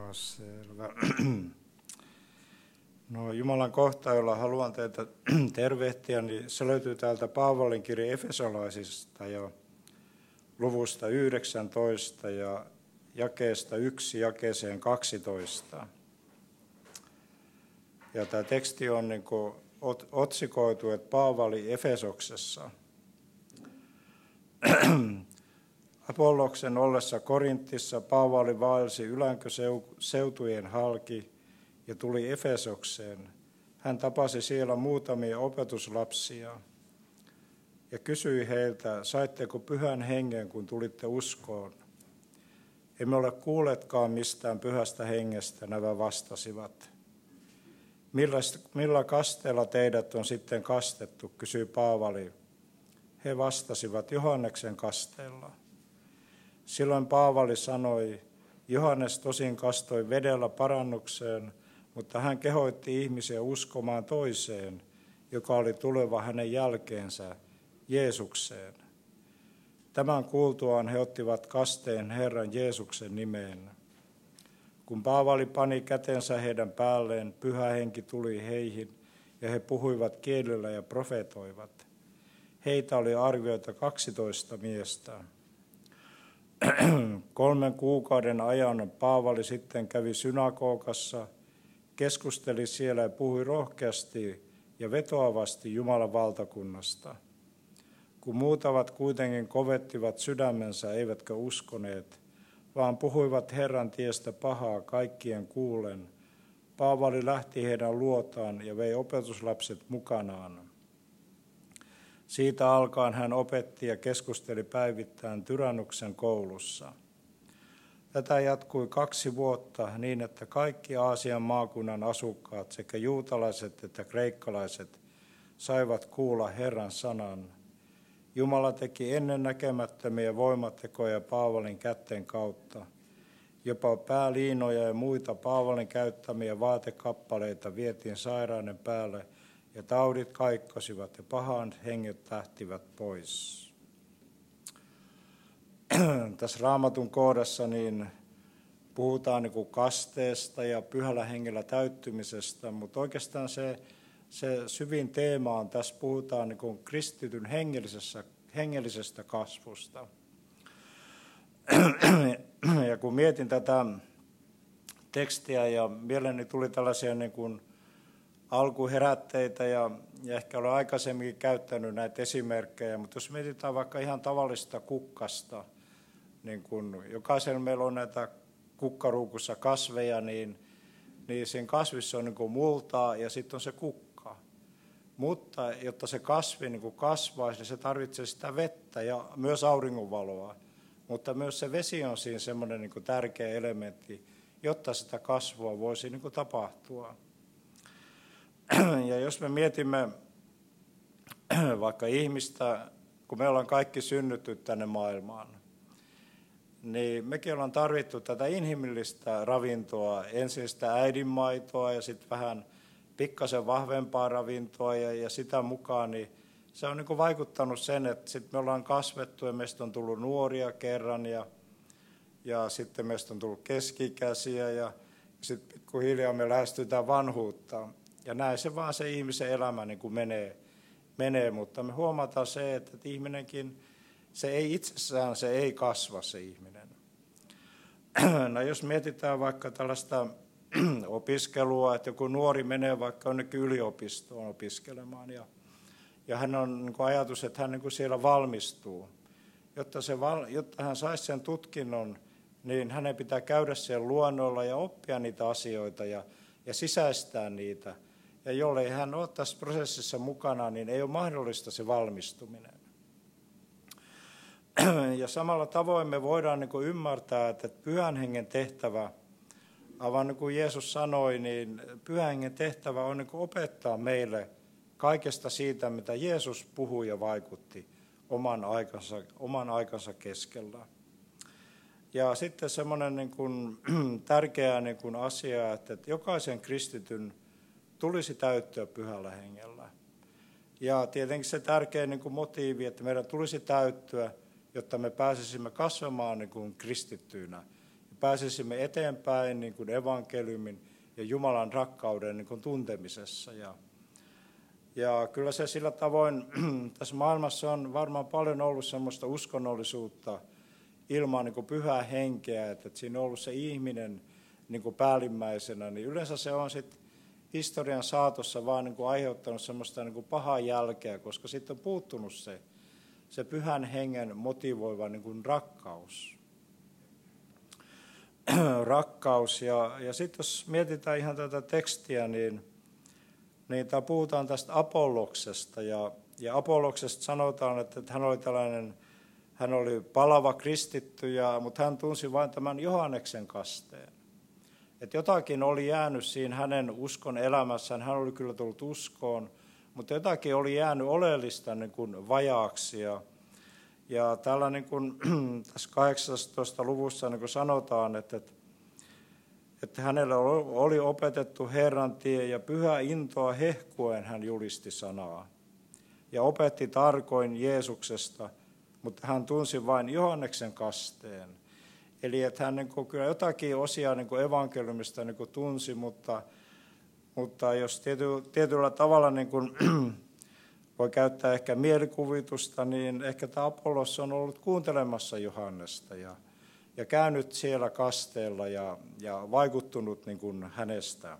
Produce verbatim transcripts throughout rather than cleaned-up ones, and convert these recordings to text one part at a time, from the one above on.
Joo, selvä. No, Jumalan kohta, jolla haluan teitä tervehtiä, niin se löytyy täältä Paavalin kirja Efesolaisista ja luvusta yhdeksäntoista ja jakeesta yksi jakeeseen kaksitoista. Ja tämä teksti on niin kuin otsikoitu, että Paavali Efesoksessa. Apolloksen ollessa Korintissa Paavali vaelsi ylänkö-seutujen halki ja tuli Efesokseen. Hän tapasi siellä muutamia opetuslapsia ja kysyi heiltä, saitteko pyhän hengen, kun tulitte uskoon? Emme ole kuulleetkaan mistään pyhästä hengestä, nämä vastasivat. Millä, millä kasteella teidät on sitten kastettu, kysyi Paavali. He vastasivat, Johanneksen kasteella. Silloin Paavali sanoi, Johannes tosin kastoi vedellä parannukseen, mutta hän kehoitti ihmisiä uskomaan toiseen, joka oli tuleva hänen jälkeensä, Jeesukseen. Tämän kuultuaan he ottivat kasteen Herran Jeesuksen nimeen. Kun Paavali pani kätensä heidän päälleen, Pyhä Henki tuli heihin, ja he puhuivat kielillä ja profetoivat. Heitä oli arvioita kaksitoista miestä. Kolmen kuukauden ajan Paavali sitten kävi synagogassa, keskusteli siellä ja puhui rohkeasti ja vetoavasti Jumalan valtakunnasta. Kun muutavat kuitenkin kovettivat sydämensä, eivätkä uskoneet, vaan puhuivat Herran tiestä pahaa kaikkien kuulen, Paavali lähti heidän luotaan ja vei opetuslapset mukanaan. Siitä alkaen hän opetti ja keskusteli päivittäin Tyrannuksen koulussa. Tätä jatkui kaksi vuotta niin, että kaikki Aasian maakunnan asukkaat, sekä juutalaiset että kreikkalaiset, saivat kuulla Herran sanan. Jumala teki ennen näkemättömiä voimatekoja Paavalin kätten kautta. Jopa pääliinoja ja muita Paavalin käyttämiä vaatekappaleita vietiin sairauden päälle, ja taudit kaikkosivat ja pahan henget lähtivät pois. Tässä Raamatun kohdassa niin puhutaan niin kuin kasteesta ja pyhällä hengellä täyttymisestä, mutta oikeastaan se, se syvin teema on, tässä puhutaan niin kuin kristityn hengellisessä, hengellisestä kasvusta. Ja kun mietin tätä tekstiä ja mieleeni tuli tällaisia niin kuin alkuherätteitä ja, ja ehkä olen aikaisemminkin käyttänyt näitä esimerkkejä, mutta jos mietitään vaikka ihan tavallista kukkasta, niin kun jokaisella meillä on näitä kukkaruukussa kasveja, niin, niin siinä kasvissa on niin kuin multaa ja sitten on se kukka. Mutta jotta se kasvi niin kuin kasvaisi, niin se tarvitsee sitä vettä ja myös auringonvaloa. Mutta myös se vesi on siinä semmoinen niin kuin tärkeä elementti, jotta sitä kasvua voisi niin kuin tapahtua. Ja jos me mietimme vaikka ihmistä, kun me ollaan kaikki synnytty tänne maailmaan, niin mekin ollaan tarvittu tätä inhimillistä ravintoa, ensin sitä äidinmaitoa ja sitten vähän pikkasen vahvempaa ravintoa ja, ja sitä mukaan, niin se on niin kuin vaikuttanut sen, että sitten me ollaan kasvettu ja meistä on tullut nuoria kerran ja, ja sitten meistä on tullut keski-ikäisiä ja sitten pikkuhiljaa me lähestytään vanhuutta. Ja näin se vaan se ihmisen elämä niin kuin menee, menee, mutta me huomataan se, että ihminenkin, se ei itsessään, se ei kasva se ihminen. No jos mietitään vaikka tällaista opiskelua, että joku nuori menee vaikka jonnekin yliopistoon opiskelemaan ja, ja hän on niin kuin ajatus, että hän niin kuin siellä valmistuu. Jotta, se, jotta hän saisi sen tutkinnon, niin hänen pitää käydä siellä luonnolla ja oppia niitä asioita ja, ja sisäistää niitä. Ja jollei hän ole tässä prosessissa mukana, niin ei ole mahdollista se valmistuminen. Ja samalla tavoin me voidaan niin kuin ymmärtää, että Pyhän Hengen tehtävä, aivan niin kuin Jeesus sanoi, niin Pyhän Hengen tehtävä on niin kuin opettaa meille kaikesta siitä, mitä Jeesus puhui ja vaikutti oman aikansa, oman aikansa keskellä. Ja sitten semmoinen niin kuin tärkeä niin kuin asia, että jokaisen kristityn tulisi täyttyä Pyhällä Hengellä. Ja tietenkin se tärkeä niin kuin motiivi, että meidän tulisi täyttyä, jotta me pääsisimme kasvamaan niin kuin kristittyinä. pääsisimme eteenpäin niin kuin evankeliumin ja Jumalan rakkauden niin kuin tuntemisessa. Ja, ja kyllä se sillä tavoin, tässä maailmassa on varmaan paljon ollut semmoista uskonnollisuutta ilman niin kuin pyhää henkeä, että, että siinä on ollut se ihminen niin kuin päällimmäisenä, niin yleensä se on sitten historian saatossa vaan niin kuin aiheuttanut semmoista niin kuin pahaa jälkeä, koska sitten on puuttunut se, se pyhän hengen motivoiva niin kuin rakkaus. rakkaus. Ja, ja sitten jos mietitään ihan tätä tekstiä, niin, niin tää puhutaan tästä Apolloksesta. Ja, ja Apolloksesta sanotaan, että, että hän oli tällainen, hän oli palava kristitty, ja, mutta hän tunsi vain tämän Johanneksen kasteen. Että jotakin oli jäänyt siinä hänen uskon elämässään, hän oli kyllä tullut uskoon, mutta jotakin oli jäänyt oleellista niin kuin vajaaksi. Ja, ja täällä niin kuin, tässä kahdeksannessatoista luvussa niin kuin sanotaan, että, että, että hänelle oli opetettu Herran tie ja pyhä intoa hehkuen hän julisti sanaa. Ja opetti tarkoin Jeesuksesta, mutta hän tunsi vain Johanneksen kasteen. Eli että hän niin kuin, kyllä jotakin osia niin kuin evankeliumista niin kuin tunsi, mutta, mutta jos tiety, tietyllä tavalla niin kuin, voi käyttää ehkä mielikuvitusta, niin ehkä tämä Apollos on ollut kuuntelemassa Johannesta ja, ja käynyt siellä kasteella ja, ja vaikuttunut niin kuin hänestä.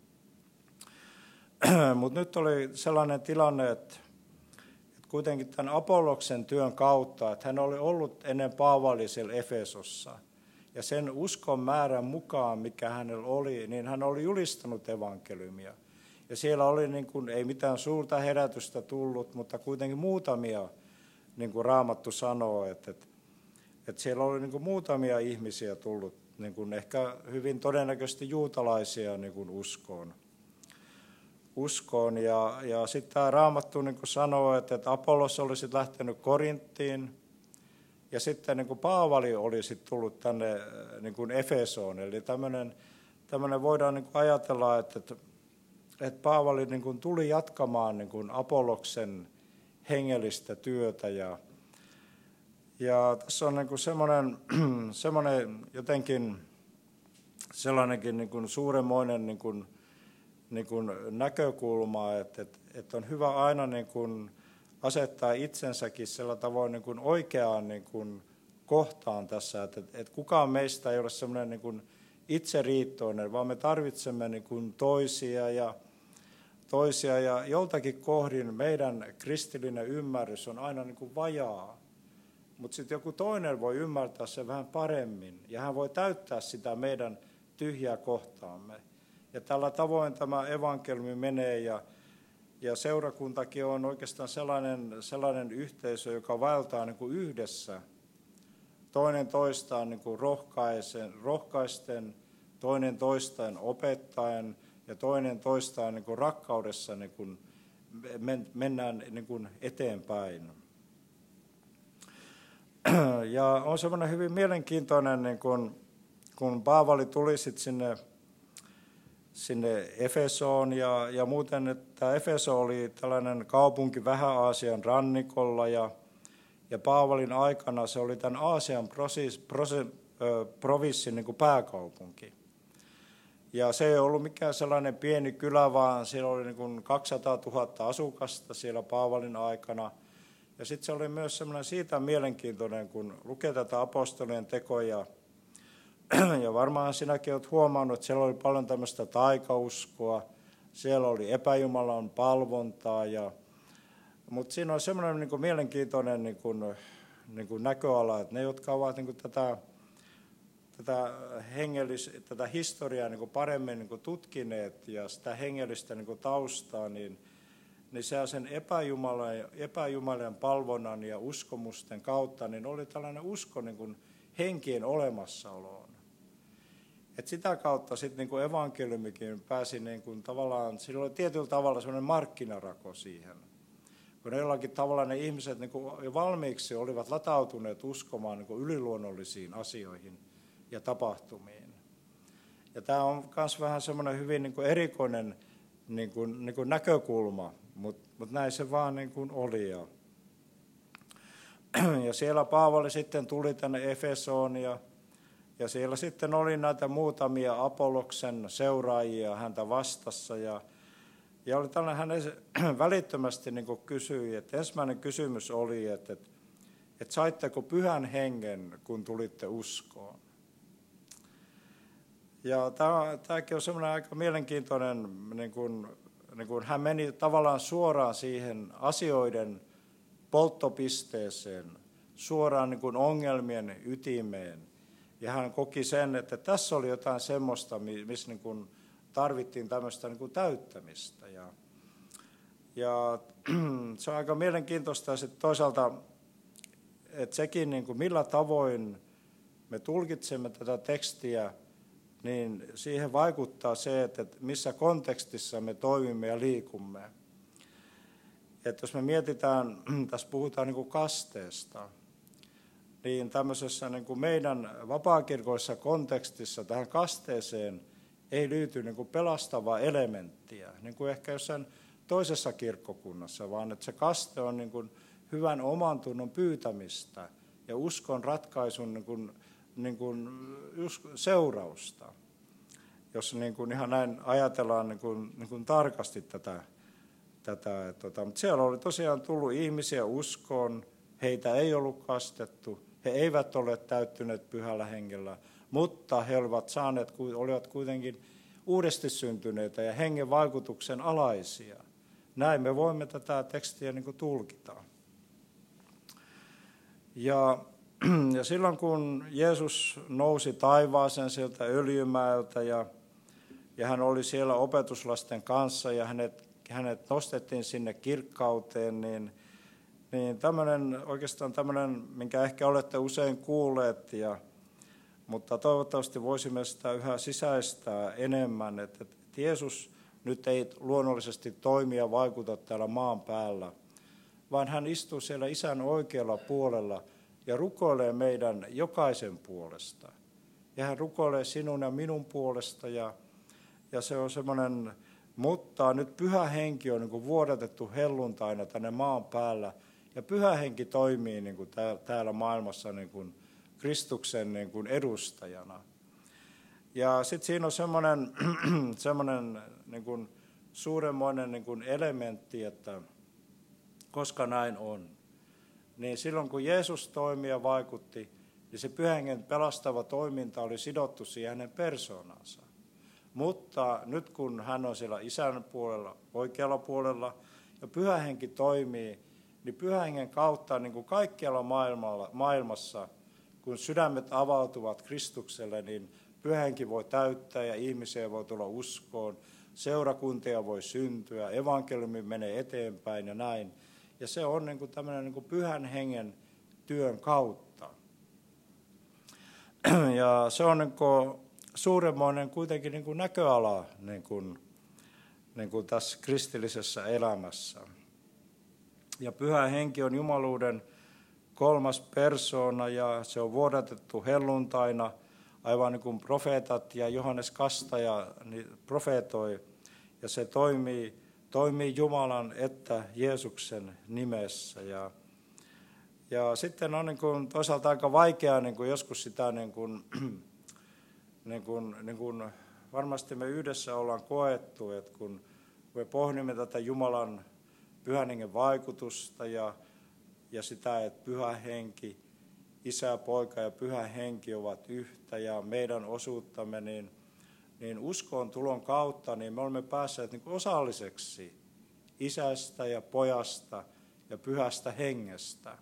Mutta nyt oli sellainen tilanne, että, että kuitenkin tämän Apolloksen työn kautta, että hän oli ollut ennen Paavalia siellä Efesossa, ja sen uskon määrän mukaan, mikä hänellä oli, niin hän oli julistanut evankeliumia. Ja siellä oli, niin kuin, ei mitään suurta herätystä tullut, mutta kuitenkin muutamia, niin kuin Raamattu sanoo, että, että, että siellä oli niin kuin muutamia ihmisiä tullut, niin kuin ehkä hyvin todennäköisesti juutalaisia niin kuin uskoon. uskoon. Ja, ja sitten tämä Raamattu niin kuin sanoo, että, että Apollos olisi lähtenyt Korinttiin, ja sitten niin kuin Paavali olisi tullut tänne niin kuin Efesoon. Eli tämmöinen, tämmöinen voidaan niin kuin ajatella, että, että, että Paavali niin kuin tuli jatkamaan niin kuin Apolloksen hengellistä työtä. Ja, ja tässä on niin kuin semmoinen, semmoinen jotenkin sellainenkin niin kuin suuremmoinen niin kuin, niin kuin näkökulma, että, että, että on hyvä aina niin kuin asettaa itsensäkin sillä tavoin niin kuin oikeaan niin kuin kohtaan tässä, että, että kukaan meistä ei ole semmoinen niin kuin itseriittoinen, vaan me tarvitsemme niin kuin toisia ja toisia ja joltakin kohdin meidän kristillinen ymmärrys on aina niin kuin vajaa, mutta sitten joku toinen voi ymmärtää sen vähän paremmin ja hän voi täyttää sitä meidän tyhjää kohtaamme. Ja tällä tavoin tämä evankeliumi menee ja Ja seurakuntakin on oikeastaan sellainen, sellainen yhteisö, joka vaeltaa niin kuin yhdessä. Toinen toistaan niin kuin rohkaisen, rohkaisten, toinen toistaan opettaen ja toinen toistaan niin kuin rakkaudessa niin kuin mennään niin kuin eteenpäin. Ja on semmoinen hyvin mielenkiintoinen, niin kuin, kun Paavali tuli sitten sinne sinne Efesoon ja, ja muuten, että Efeso oli tällainen kaupunki Vähä-Aasian rannikolla ja, ja Paavalin aikana se oli tämän Aasian prosis, prosi, ö, provinssin niin kuin pääkaupunki. Ja se ei ollut mikään sellainen pieni kylä, vaan siellä oli niin kuin kaksisataatuhatta asukasta siellä Paavalin aikana. Ja sitten se oli myös sellainen siitä mielenkiintoinen, kun lukee tätä apostolien tekoja. Ja varmaan sinäkin olet huomannut, että siellä oli paljon tämmöistä taikauskoa, siellä oli epäjumalan palvontaa, ja, mutta siinä on semmoinen niin kuin mielenkiintoinen niin kuin, niin kuin näköala, että ne, jotka ovat niin kuin tätä, tätä, hengellis, tätä historiaa niin kuin paremmin niin kuin tutkineet ja sitä hengellistä niin kuin taustaa, niin, niin se sen epäjumalan, epäjumalan palvonnan ja uskomusten kautta niin oli tällainen usko niin kuin henkien olemassaoloon. Et sitä kautta sitten niinku evankeliumikin pääsi niinku tavallaan, sillä oli tietyllä tavalla semmoinen markkinarako siihen. Kun jollakin tavalla ne ihmiset niinku jo valmiiksi olivat latautuneet uskomaan niinku yliluonnollisiin asioihin ja tapahtumiin. Ja tämä on myös vähän semmoinen hyvin niinku erikoinen niinku, niinku näkökulma, mutta mut näin se vaan niinku oli. Ja, ja siellä Paavali sitten tuli tänne Efesoon ja Ja siellä sitten oli näitä muutamia Apolloksen seuraajia häntä vastassa. Ja, ja oli tällainen, hän välittömästi niin kuin kysyi, että ensimmäinen kysymys oli, että, että, että saitteko pyhän hengen, kun tulitte uskoon? Ja tämä, tämäkin on semmoinen aika mielenkiintoinen, niin kuin, niin kuin hän meni tavallaan suoraan siihen asioiden polttopisteeseen, suoraan niin kuin ongelmien ytimeen. Ja hän koki sen, että tässä oli jotain semmoista, missä niin kuin tarvittiin tämmöistä niin kuin täyttämistä. Ja, ja se on aika mielenkiintoista ja sitten toisaalta, että sekin niin kuin millä tavoin me tulkitsemme tätä tekstiä, niin siihen vaikuttaa se, että missä kontekstissa me toimimme ja liikumme. Että jos me mietitään, tässä puhutaan niin kuin kasteesta, niin tämmöisessä niin kuin meidän vapaakirkoissa kontekstissa tähän kasteeseen ei liity niin kuin pelastavaa elementtiä, niin kuin ehkä jossain toisessa kirkkokunnassa, vaan että se kaste on niin kuin hyvän omantunnon pyytämistä ja uskon ratkaisun niin kuin, niin kuin seurausta, jos niin kuin ihan näin ajatellaan niin kuin, niin kuin tarkasti tätä. tätä tota, mutta siellä oli tosiaan tullut ihmisiä uskoon, heitä ei ollut kastettu, he eivät ole täyttyneet pyhällä hengellä, mutta he olivat saaneet, olivat kuitenkin uudesti syntyneitä ja hengen vaikutuksen alaisia. Näin me voimme tätä tekstiä niin kuin tulkita. Ja, ja silloin kun Jeesus nousi taivaaseen sieltä Öljymäeltä ja, ja hän oli siellä opetuslasten kanssa ja hänet, hänet nostettiin sinne kirkkauteen, niin Niin tämmöinen, oikeastaan tämmöinen, minkä ehkä olette usein kuulleet, ja, mutta toivottavasti voisimme sitä yhä sisäistää enemmän, että, että Jeesus nyt ei luonnollisesti toimi ja vaikuta täällä maan päällä, vaan hän istuu siellä Isän oikealla puolella ja rukoilee meidän jokaisen puolesta. Ja hän rukoilee sinun ja minun puolesta, ja, ja se on semmoinen, mutta nyt Pyhä Henki on niin kuin vuodatettu helluntaina tänne maan päällä, ja Pyhä Henki toimii niin kuin täällä maailmassa niin kuin Kristuksen niin kuin edustajana. Ja sitten siinä on semmoinen, semmoinen niin kuin suuremmoinen niin kuin elementti, että koska näin on, niin silloin kun Jeesus toimi ja vaikutti, niin se Pyhän Hengen pelastava toiminta oli sidottu siihen hänen persoonansa. Mutta nyt kun hän on siellä Isän puolella, oikealla puolella, ja Pyhä Henki toimii, niin Pyhän Hengen kautta niin kuin kaikkialla maailmalla, maailmassa, kun sydämet avautuvat Kristukselle, niin Pyhä Henki voi täyttää ja ihmisiä voi tulla uskoon, seurakuntia voi syntyä, evankeliumi menee eteenpäin ja näin. Ja se on niin kuin tämmöinen niin kuin Pyhän Hengen työn kautta. Ja se on niin kuin suuremmoinen kuitenkin niin kuin näköala niin kuin, niin kuin tässä kristillisessä elämässä. Ja Pyhä Henki on jumaluuden kolmas persoona ja se on vuodatettu helluntaina, aivan niin kuin profeetat ja Johannes Kastaja niin profeetoi. Ja se toimii, toimii Jumalan että Jeesuksen nimessä. Ja, ja sitten on niin kuin toisaalta aika vaikeaa niin kuin joskus sitä, niin kuin, niin kuin, niin kuin varmasti me yhdessä ollaan koettu, että kun me pohdimme tätä Jumalan Pyhän Hengen vaikutusta ja, ja sitä, että Pyhä Henki, Isä, Poika ja Pyhä Henki ovat yhtä ja meidän osuuttamme, niin, niin uskon tulon kautta niin me olemme päässeet niin kuin osalliseksi Isästä ja Pojasta ja Pyhästä Hengestä.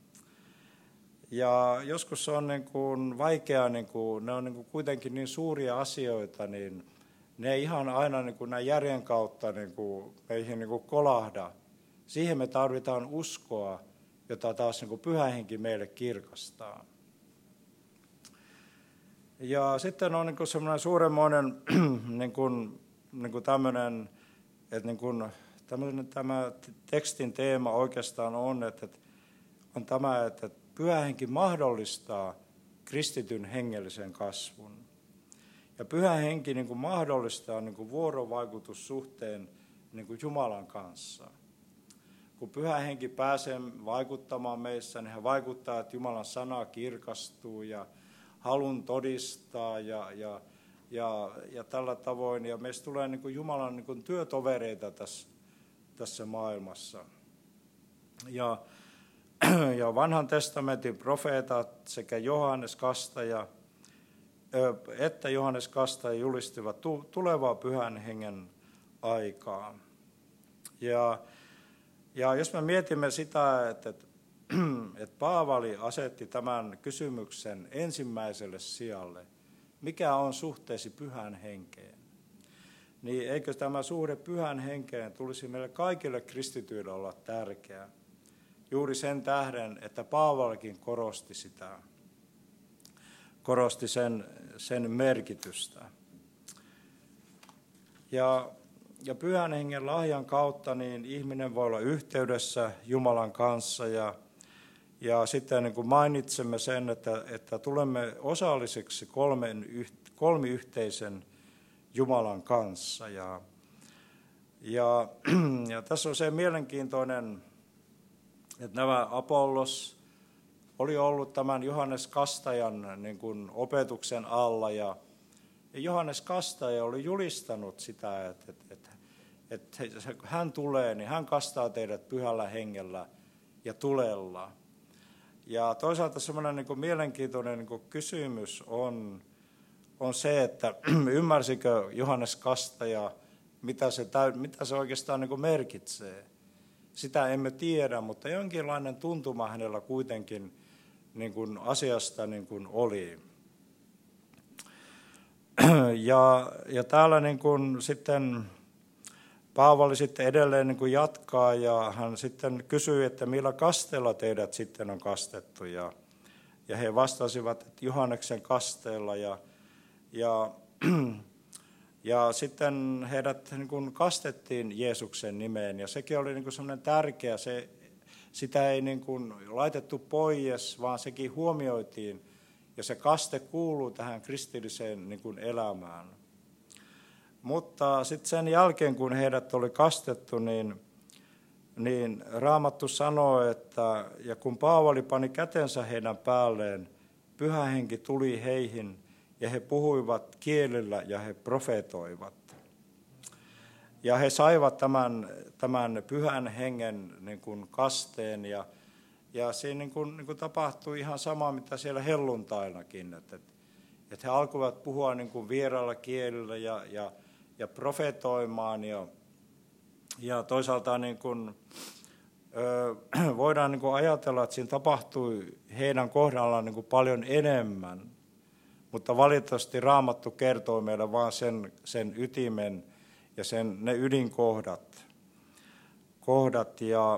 Ja joskus se on niin kuin vaikeaa, niin kuin, ne on niin kuin kuitenkin niin suuria asioita, niin ne ei ihan aina niin kuin näin järjen kautta niin kuin meihin niin kuin kolahda. Siihen me tarvitaan uskoa, jota taas niin kuin Pyhä Henki meille kirkastaa. Ja sitten on niin kuin semmoinen suuremmoinen niin kuin, niin kuin tämmöinen, että niin kuin, tämmöinen, tämä tekstin teema oikeastaan on, että on tämä, että Pyhä Henki mahdollistaa kristityn hengellisen kasvun. Ja Pyhä Henki niin kuin mahdollistaa niin kuin vuorovaikutussuhteen niin kuin Jumalan kanssa. Kun Pyhä Henki pääsee vaikuttamaan meissä, niin hän vaikuttaa, että Jumalan sana kirkastuu ja halun todistaa ja, ja, ja, ja tällä tavoin. Ja meistä tulee niin kuin Jumalan niin kuin työtovereita tässä, tässä maailmassa. Ja, ja vanhan testamentin profeetat sekä Johannes Kastaja että Johannes Kastaja julistivat tulevaa pyhän hengen aikaa. Ja, ja jos me mietimme sitä, että, että, että Paavali asetti tämän kysymyksen ensimmäiselle sijalle, mikä on suhteesi pyhän henkeen, niin eikö tämä suhde pyhän henkeen tulisi meille kaikille kristityille olla tärkeä? Juuri sen tähden, että Paavalikin korosti sitä, korosti sen, sen merkitystä. Ja, ja pyhän hengen lahjan kautta niin ihminen voi olla yhteydessä Jumalan kanssa ja, ja sitten niin kuin mainitsemme sen, että, että tulemme osallisiksi kolmen, kolmiyhteisen Jumalan kanssa. Ja, ja, ja tässä on se mielenkiintoinen, että nämä Apollos oli ollut tämän Johannes Kastajan niin kuin opetuksen alla ja Johannes Kastaja oli julistanut sitä, että, että, että, että kun hän tulee, niin hän kastaa teidät pyhällä hengellä ja tulella. Ja toisaalta semmoinen niin kuin mielenkiintoinen niin kuin kysymys on, on se, että ymmärsikö Johannes Kastaja, mitä se, mitä se oikeastaan niin kuin merkitsee. Sitä emme tiedä, mutta jonkinlainen tuntuma hänellä kuitenkin niin kuin asiasta niin kuin oli. Ja, ja täällä niin kuin sitten Paavali sitten edelleen niin kuin jatkaa ja hän sitten kysyi, että millä kasteella teidät sitten on kastettu. Ja, ja he vastasivat, että Johanneksen kasteella ja, ja, ja sitten heidät niin kuin kastettiin Jeesuksen nimeen ja sekin oli niin kuin semmoinen tärkeä, se, sitä ei niin kuin laitettu pois, vaan sekin huomioitiin. Ja se kaste kuuluu tähän kristilliseen niin kuin elämään. Mutta sitten sen jälkeen, kun heidät oli kastettu, niin, niin Raamattu sanoo, että ja kun Paavali pani kätensä heidän päälleen, Pyhä Henki tuli heihin ja he puhuivat kielillä ja he profetoivat. Ja he saivat tämän, tämän Pyhän Hengen niin kuin kasteen ja Ja siinä niin kuin, niin kuin tapahtui ihan sama, mitä siellä helluntainakin, että, että he alkoivat puhua niin kuin vieraalla kielillä ja, ja, ja profetoimaan. Ja, ja toisaalta niin kuin, ö, voidaan niin kuin ajatella, että siinä tapahtui heidän kohdallaan niin kuin paljon enemmän, mutta valitettavasti Raamattu kertoo meille vain sen, sen ytimen ja sen, ne ydinkohdat. Kohdat ja,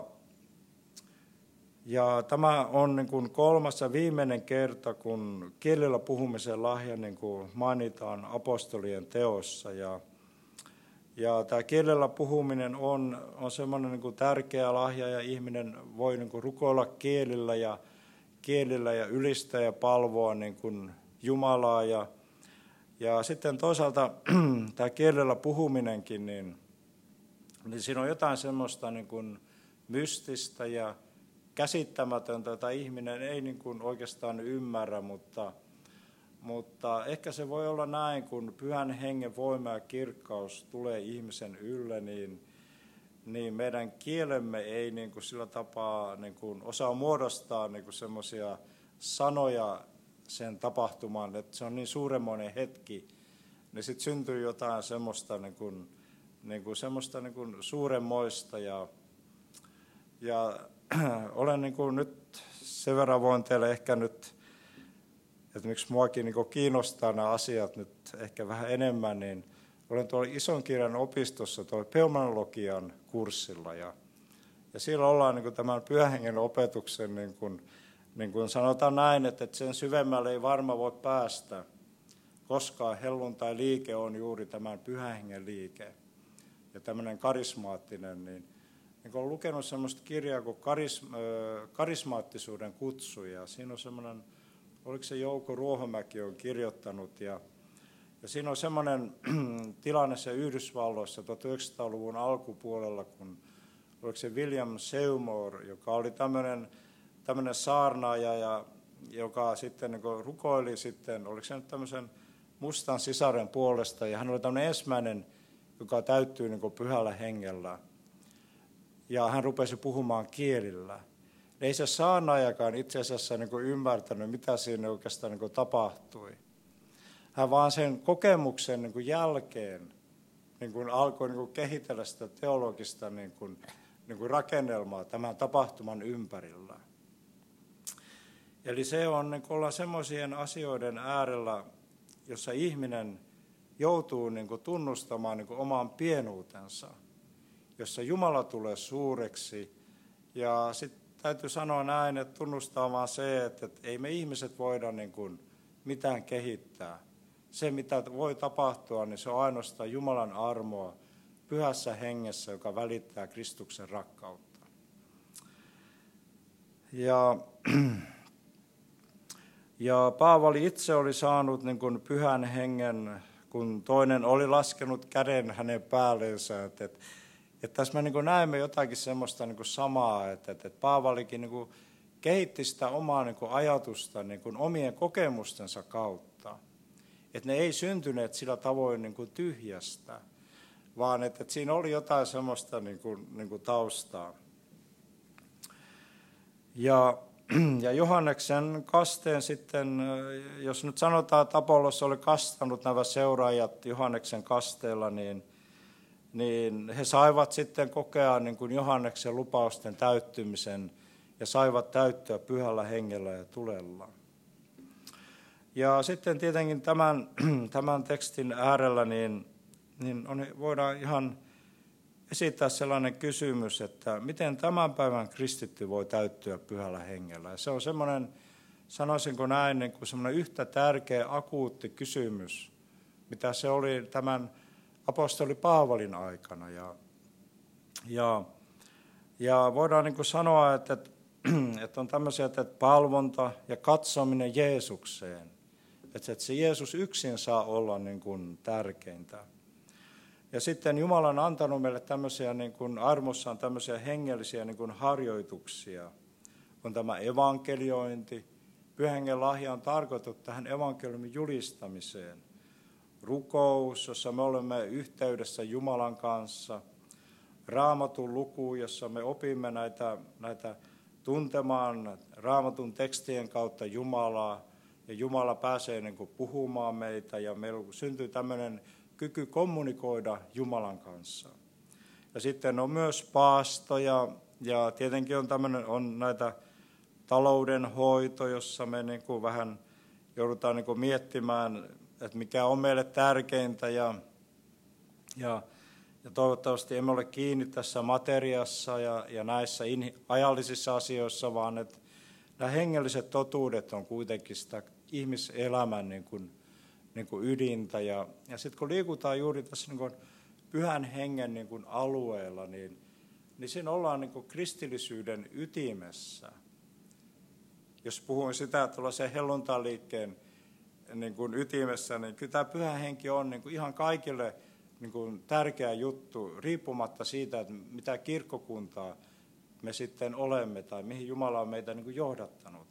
Ja tämä on niin kuin kolmas ja viimeinen kerta, kun kielellä puhumisen lahja niin kuin mainitaan apostolien teossa. Ja, ja tämä kielellä puhuminen on, on semmoinen niin kuin tärkeä lahja ja ihminen voi niin kuin rukoilla kielillä ja, kielillä ja ylistää ja palvoa niin kuin Jumalaa. Ja, ja sitten toisaalta tämä kielellä puhuminenkin, niin, niin siinä on jotain semmoista niin kuin mystistä ja käsittämätöntä, jota ihminen ei niin kuin oikeastaan ymmärrä, mutta, mutta ehkä se voi olla näin, kun Pyhän Hengen voima ja kirkkaus tulee ihmisen ylle, niin, niin meidän kielemme ei niin kuin sillä tapaa niin kuin osaa muodostaa niin kuin semmoisia sanoja sen tapahtumaan, että se on niin suuremmoinen hetki, niin sitten syntyy jotain semmoista, niin kuin, niin kuin semmoista niin kuin suuremmoista ja, ja olen niin kuin nyt, sen verran voin teille ehkä nyt, että miksi muakin niin kuin kiinnostaa nämä asiat nyt ehkä vähän enemmän, niin olen tuolla Isonkirjan opistossa tuolla pneumonologian kurssilla ja, ja siellä ollaan niin kuin tämän Pyhän Hengen opetuksen, niin kuin, niin kuin sanotaan näin, että sen syvemmälle ei varma voi päästä, koska helluntai liike on juuri tämän Pyhän Hengen liike ja tämmöinen karismaattinen, niin Niin olen lukenut sellaista kirjaa kuin karis, karismaattisuuden kutsu, ja siinä on semmoinen, oliko se Jouko Ruohomäki on kirjoittanut, ja, ja siinä on semmoinen tilanne se Yhdysvalloissa tuhatyhdeksänsataaluvun alkupuolella, kun oliko se William Seymour, joka oli tämmöinen, tämmöinen saarnaaja ja, joka sitten niin kuin rukoili sitten, oliko se nyt tämmöisen mustan sisaren puolesta, ja hän oli tämmöinen ensimmäinen, joka täyttyy niin kuin pyhällä hengellä. Ja hän rupesi puhumaan kielillä. Ei se saarnaajakaan itse asiassa niin kuin ymmärtänyt, mitä siinä oikeastaan niin kuin tapahtui. Hän vaan sen kokemuksen niin kuin jälkeen niin kuin alkoi niin kuin kehitellä sitä teologista niin kuin, niin kuin rakennelmaa tämän tapahtuman ympärillä. Eli se on niin kuin olla semmoisien asioiden äärellä, jossa ihminen joutuu niin kuin tunnustamaan niin kuin oman pienuutensa, jossa Jumala tulee suureksi. Ja sitten täytyy sanoa näin, että tunnustaa vaan se, että, että ei me ihmiset voida niin kuin mitään kehittää. Se, mitä voi tapahtua, niin se on ainoastaan Jumalan armoa pyhässä hengessä, joka välittää Kristuksen rakkautta. Ja, ja Paavali itse oli saanut niin kuin pyhän hengen, kun toinen oli laskenut käden hänen päälleensä. Että, että, että tässä me niin kuin näemme jotakin semmoista niin kuin samaa, että, että Paavalikin niin kuin kehitti sitä omaa niin kuin ajatusta niin kuin omien kokemustensa kautta. Että ne ei syntyneet sillä tavoin niin kuin tyhjästä, vaan että, että siinä oli jotain semmoista niin kuin, niin kuin taustaa. Ja, ja Johanneksen kasteen sitten, jos nyt sanotaan, että Apollos oli kastanut nämä seuraajat Johanneksen kasteella, niin, niin he saivat sitten kokea niin kuin Johanneksen lupausten täyttymisen ja saivat täyttyä pyhällä hengellä ja tulella. Ja sitten tietenkin tämän, tämän tekstin äärellä niin, niin on, voidaan ihan esittää sellainen kysymys, että miten tämän päivän kristitty voi täyttyä pyhällä hengellä. Ja se on semmoinen, sanoisinko näin, niin kuin semmoinen yhtä tärkeä akuutti kysymys, mitä se oli tämän apostoli Paavalin aikana. Ja, ja, ja voidaan niin kuin sanoa, että, että, että on tämmöisiä, että palvonta ja katsominen Jeesukseen. Että se Jeesus yksin saa olla niin kuin tärkeintä. Ja sitten Jumala on antanut meille tämmöisiä niin kuin armossaan tämmöisiä hengellisiä niin kuin harjoituksia. On tämä evankeliointi. Pyhän Hengen lahja on tarkoitettu tähän evankeliumin julistamiseen. Rukous, jossa me olemme yhteydessä Jumalan kanssa. Raamatun luku, jossa me opimme näitä, näitä tuntemaan Raamatun tekstien kautta Jumalaa. Ja Jumala pääsee niin kuin puhumaan meitä ja meillä syntyy tämmöinen kyky kommunikoida Jumalan kanssa. Ja sitten on myös paastoja ja tietenkin on, tämmöinen, on näitä taloudenhoito, jossa me niin kuin vähän joudutaan niin kuin miettimään, että mikä on meille tärkeintä ja, ja, ja toivottavasti emme ole kiinni tässä materiassa ja, ja näissä in, ajallisissa asioissa, vaan että nämä hengelliset totuudet on kuitenkin sitä ihmiselämän niin kuin, niin kuin ydintä. Ja, ja sitten kun liikutaan juuri tässä niin kuin pyhän hengen niin kuin alueella, niin, niin siinä ollaan niin kuin kristillisyyden ytimessä. Jos puhuin sitä tuollaisen helluntaliikkeen niin kuin ytimessä, niin kyllä tämä pyhä henki on niin kuin ihan kaikille niin kuin tärkeä juttu, riippumatta siitä, että mitä kirkkokuntaa me sitten olemme tai mihin Jumala on meitä niin kuin johdattanut.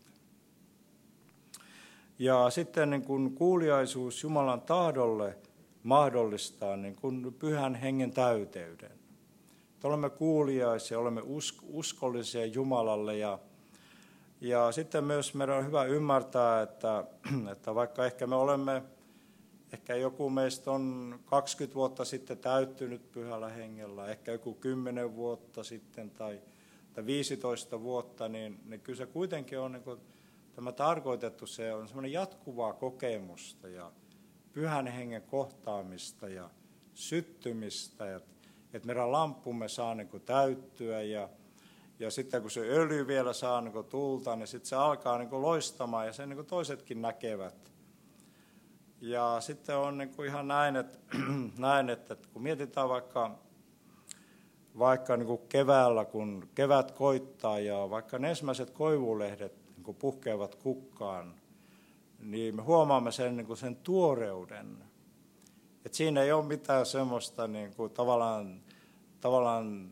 Ja sitten niin kuin kuuliaisuus Jumalan tahdolle mahdollistaa niin kuin pyhän hengen täyteyden. Että olemme kuuliaisia, olemme uskollisia Jumalalle ja, ja sitten myös meidän on hyvä ymmärtää, että, että vaikka ehkä me olemme, ehkä joku meistä on kaksikymmentä vuotta sitten täyttynyt pyhällä hengellä, ehkä joku kymmenen vuotta sitten tai tai viisitoista vuotta, niin, niin kyllä se kuitenkin on niin kuin, tämä tarkoitettu, se on semmoinen jatkuvaa kokemusta ja pyhän hengen kohtaamista ja syttymistä, että, että meidän lamppumme saa niin kuin täyttyä ja, ja sitten kun se öljy vielä saa niin kuin tulta, niin sitten se alkaa niin kuin loistamaan ja sen niin kuin toisetkin näkevät. Ja sitten on niin kuin ihan näin, että, näin, että kun mietitään vaikka Vaikka niin kuin keväällä, kun kevät koittaa ja vaikka ne ensimmäiset koivulehdet niin kuin puhkeavat kukkaan, niin me huomaamme sen, niin kuin sen tuoreuden. Et siinä ei ole mitään semmoista niin kuin tavallaan, tavallaan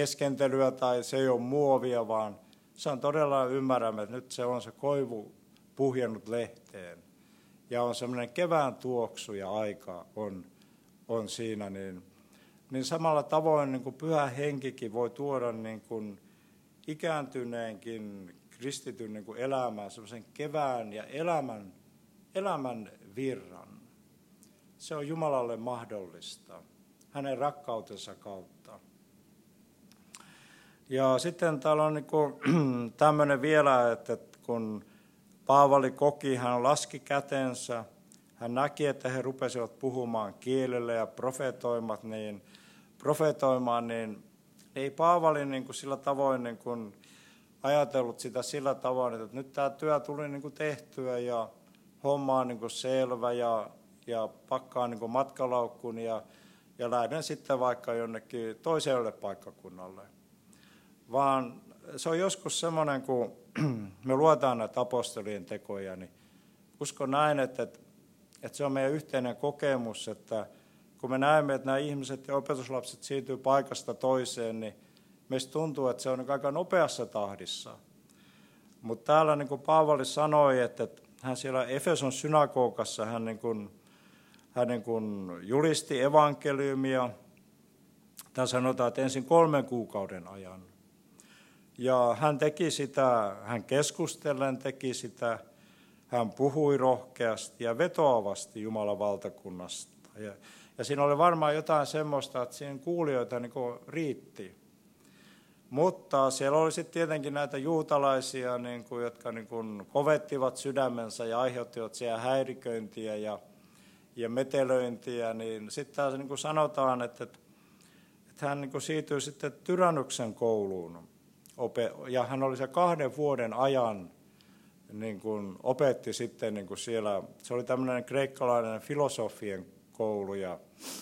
teeskentelyä tai se ei ole muovia, vaan se on todella ymmärrämme, että nyt se on se koivu puhjennut lehteen. Ja on semmoinen kevään tuoksu ja aika on, on siinä, niin, niin samalla tavoin niin kuin Pyhä Henkikin voi tuoda niin kuin ikääntyneenkin kristityn niin kuin elämään semmoisen kevään ja elämän, elämän virran. Se on Jumalalle mahdollista, hänen rakkautensa kautta. Ja sitten täällä on niin kuin tämmöinen vielä, että kun Paavali koki, hän laski kätensä, hän näki, että he rupesivat puhumaan kielellä ja profetoimat, niin, profetoimaan, niin ei Paavali niin kuin sillä tavoin niin kuin ajatellut sitä sillä tavoin, että nyt tämä työ tuli niin kuin tehtyä ja homma on niin kuin selvä ja, ja pakkaan niin kuin matkalaukkuun ja, ja lähden sitten vaikka jonnekin toiselle paikkakunnalle. Vaan se on joskus semmoinen, kun me luetaan näitä apostolien tekoja, niin uskon näin, että, että se on meidän yhteinen kokemus, että kun me näemme, että nämä ihmiset ja opetuslapset siirtyy paikasta toiseen, niin meistä tuntuu, että se on aika nopeassa tahdissa. Mutta täällä niin kuin Paavali sanoi, että hän siellä Efeson synagogassa hän, niin kuin, hän niin kuin julisti evankeliumia, tai sanotaan, että ensin kolmen kuukauden ajan. Ja hän teki sitä, hän keskustellen teki sitä, hän puhui rohkeasti ja vetoavasti Jumalan valtakunnasta. Ja, ja siinä oli varmaan jotain semmoista, että siinä kuulijoita niin kuin riitti. Mutta siellä oli sitten tietenkin näitä juutalaisia, niin kuin, jotka niin kuin kovettivat sydämensä ja aiheuttivat siellä häiriköintiä ja, ja metelöintiä. Niin sitten taas niin kuin sanotaan, että, että hän niin kuin siirtyi sitten Tyrannuksen kouluun. Ja hän oli se kahden vuoden ajan, niin kuin opetti sitten niin kuin siellä, se oli tämmöinen kreikkalainen filosofien koulu ja,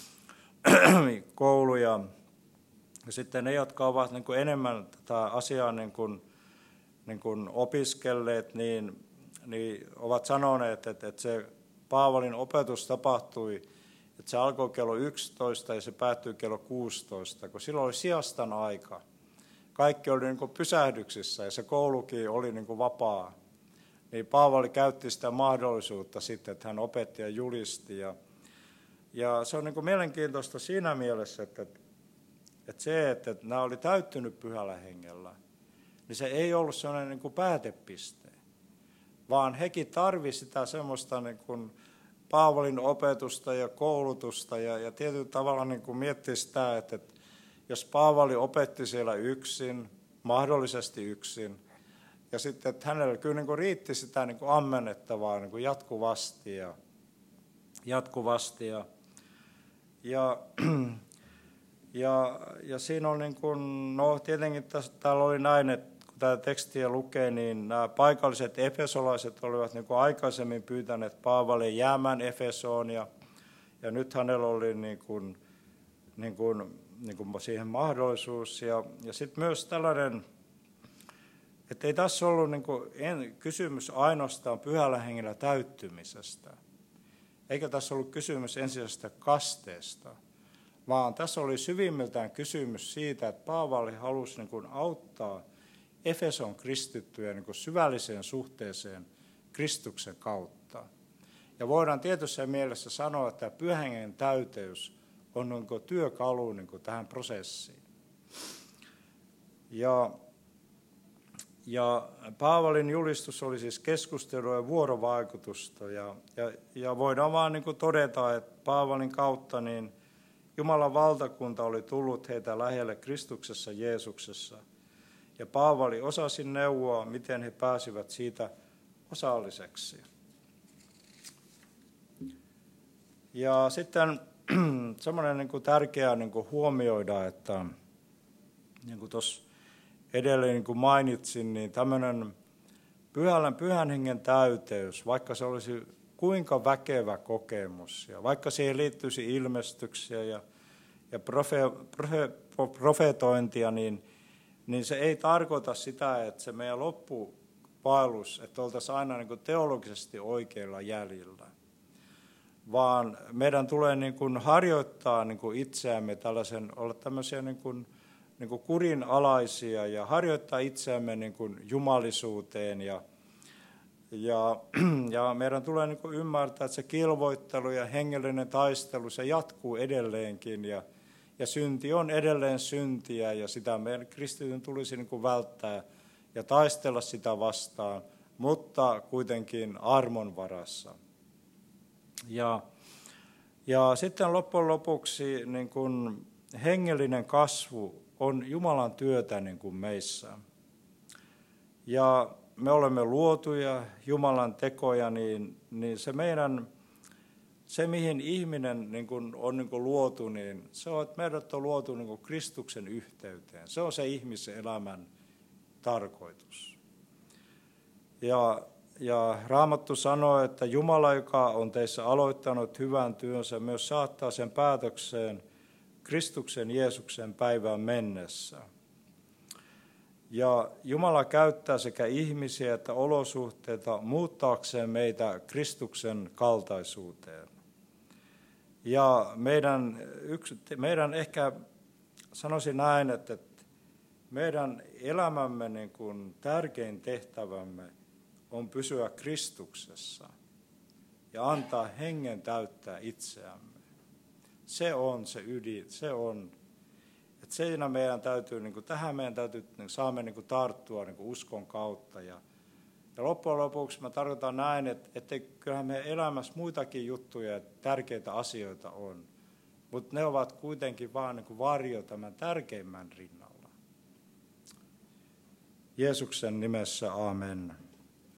koulu ja sitten ne, jotka ovat niin kuin enemmän tätä asiaa niin kuin, niin kuin opiskelleet, niin, niin ovat sanoneet, että, että se Paavalin opetus tapahtui, että se alkoi kello yksitoista ja se päättyi kello kuusitoista, kun silloin oli siestan aika. Kaikki oli niin kuin pysähdyksissä ja se koulukin oli niin kuin vapaa. Niin Paavali käytti sitä mahdollisuutta sitten, että hän opetti ja julisti. Ja, ja se on niin kuin mielenkiintoista siinä mielessä, että, että se, että nämä oli täyttynyt Pyhällä Hengellä, niin se ei ollut sellainen niin kuin päätepiste, vaan hekin tarvitsi sitä semmoista niin kuin Paavalin opetusta ja koulutusta ja, ja tietyllä tavalla niin kuin miettii sitä, että, että jos Paavali opetti siellä yksin, mahdollisesti yksin, ja sitten, että hänelle kyllä niin kuin riitti sitä niin kuin ammennettavaa niin kuin jatkuvasti ja, jatkuvasti ja, ja, ja, ja siinä on niin kuin, no tietenkin tässä, täällä oli näin, että kun tätä tekstiä lukee, niin nämä paikalliset efesolaiset olivat niin kuin aikaisemmin pyytäneet Paavalia jäämään Efesoon, ja, ja nyt hänellä oli niin kuin, niin kuin, niin kuin siihen mahdollisuus. Ja, ja sitten myös tällainen, että ei tässä ollut niin kuin en, kysymys ainoastaan Pyhällä Hengellä täyttymisestä, eikä tässä ollut kysymys ensisijaisesta kasteesta, vaan tässä oli syvimmiltään kysymys siitä, että Paavali halusi niin kuin auttaa Efeson kristittyjä niin kuin syvälliseen suhteeseen Kristuksen kautta. Ja voidaan tietyssä mielessä sanoa, että Pyhän Hengen täyteys on niin kuin työkalu niin kuin tähän prosessiin. Ja, ja Paavalin julistus oli siis keskustelua ja vuorovaikutusta. Ja, ja, ja voidaan vaan niin kuin todeta, että Paavalin kautta niin Jumalan valtakunta oli tullut heitä lähelle Kristuksessa Jeesuksessa. Ja Paavali osasi neuvoa, miten he pääsivät siitä osalliseksi. Ja sitten semmoinen niin kuin tärkeää niin kuin huomioida, että niin kuin tuossa edelleen niin kuin mainitsin, niin tämmöinen pyhän, pyhän hengen täyteys, vaikka se olisi kuinka väkevä kokemus, ja vaikka siihen liittyisi ilmestyksiä ja, ja profe, profe, profetointia, niin, niin se ei tarkoita sitä, että se meidän loppuvaellus, että oltaisiin aina niin kuin teologisesti oikeilla jäljillä, vaan meidän tulee niin kuin harjoittaa niin kuin itseämme tällaisen, olla tämmöisiä niin kuin, niin kuin kurinalaisia ja harjoittaa itseämme niin kuin jumalisuuteen ja, Ja, ja meidän tulee niin kuin ymmärtää, että se kilvoittelu ja hengellinen taistelu, se jatkuu edelleenkin. Ja, ja synti on edelleen syntiä ja sitä meidän kristityn tulisi niin kuin välttää ja taistella sitä vastaan, mutta kuitenkin armon varassa. Ja, ja sitten loppujen lopuksi niin kuin hengellinen kasvu on Jumalan työtä niin kuin meissä. Ja me olemme luotuja Jumalan tekoja, niin, niin se meidän, se mihin ihminen niin kuin on niin kuin luotu, niin se on, että meidät on luotu niin kuin Kristuksen yhteyteen. Se on se ihmisen elämän tarkoitus. Ja, ja Raamattu sanoo, että Jumala, joka on teissä aloittanut hyvän työnsä, myös saattaa sen päätökseen Kristuksen Jeesuksen päivään mennessä. Ja Jumala käyttää sekä ihmisiä että olosuhteita muuttaakseen meitä Kristuksen kaltaisuuteen. Ja meidän, yksi, meidän ehkä sanoisin näin, että meidän elämämme niin kuin tärkein tehtävämme on pysyä Kristuksessa ja antaa hengen täyttää itseämme. Se on se ydin, se on. Että siinä meidän täytyy, niin kuin, tähän meidän täytyy, niin saamme niin kuin, tarttua niin kuin uskon kautta. Ja, ja loppujen lopuksi mä tarkoitan näin, että, että kyllähän meidän elämässä muitakin juttuja ja tärkeitä asioita on. Mutta ne ovat kuitenkin vaan niin kuin varjo tämän tärkeimmän rinnalla. Jeesuksen nimessä, amen.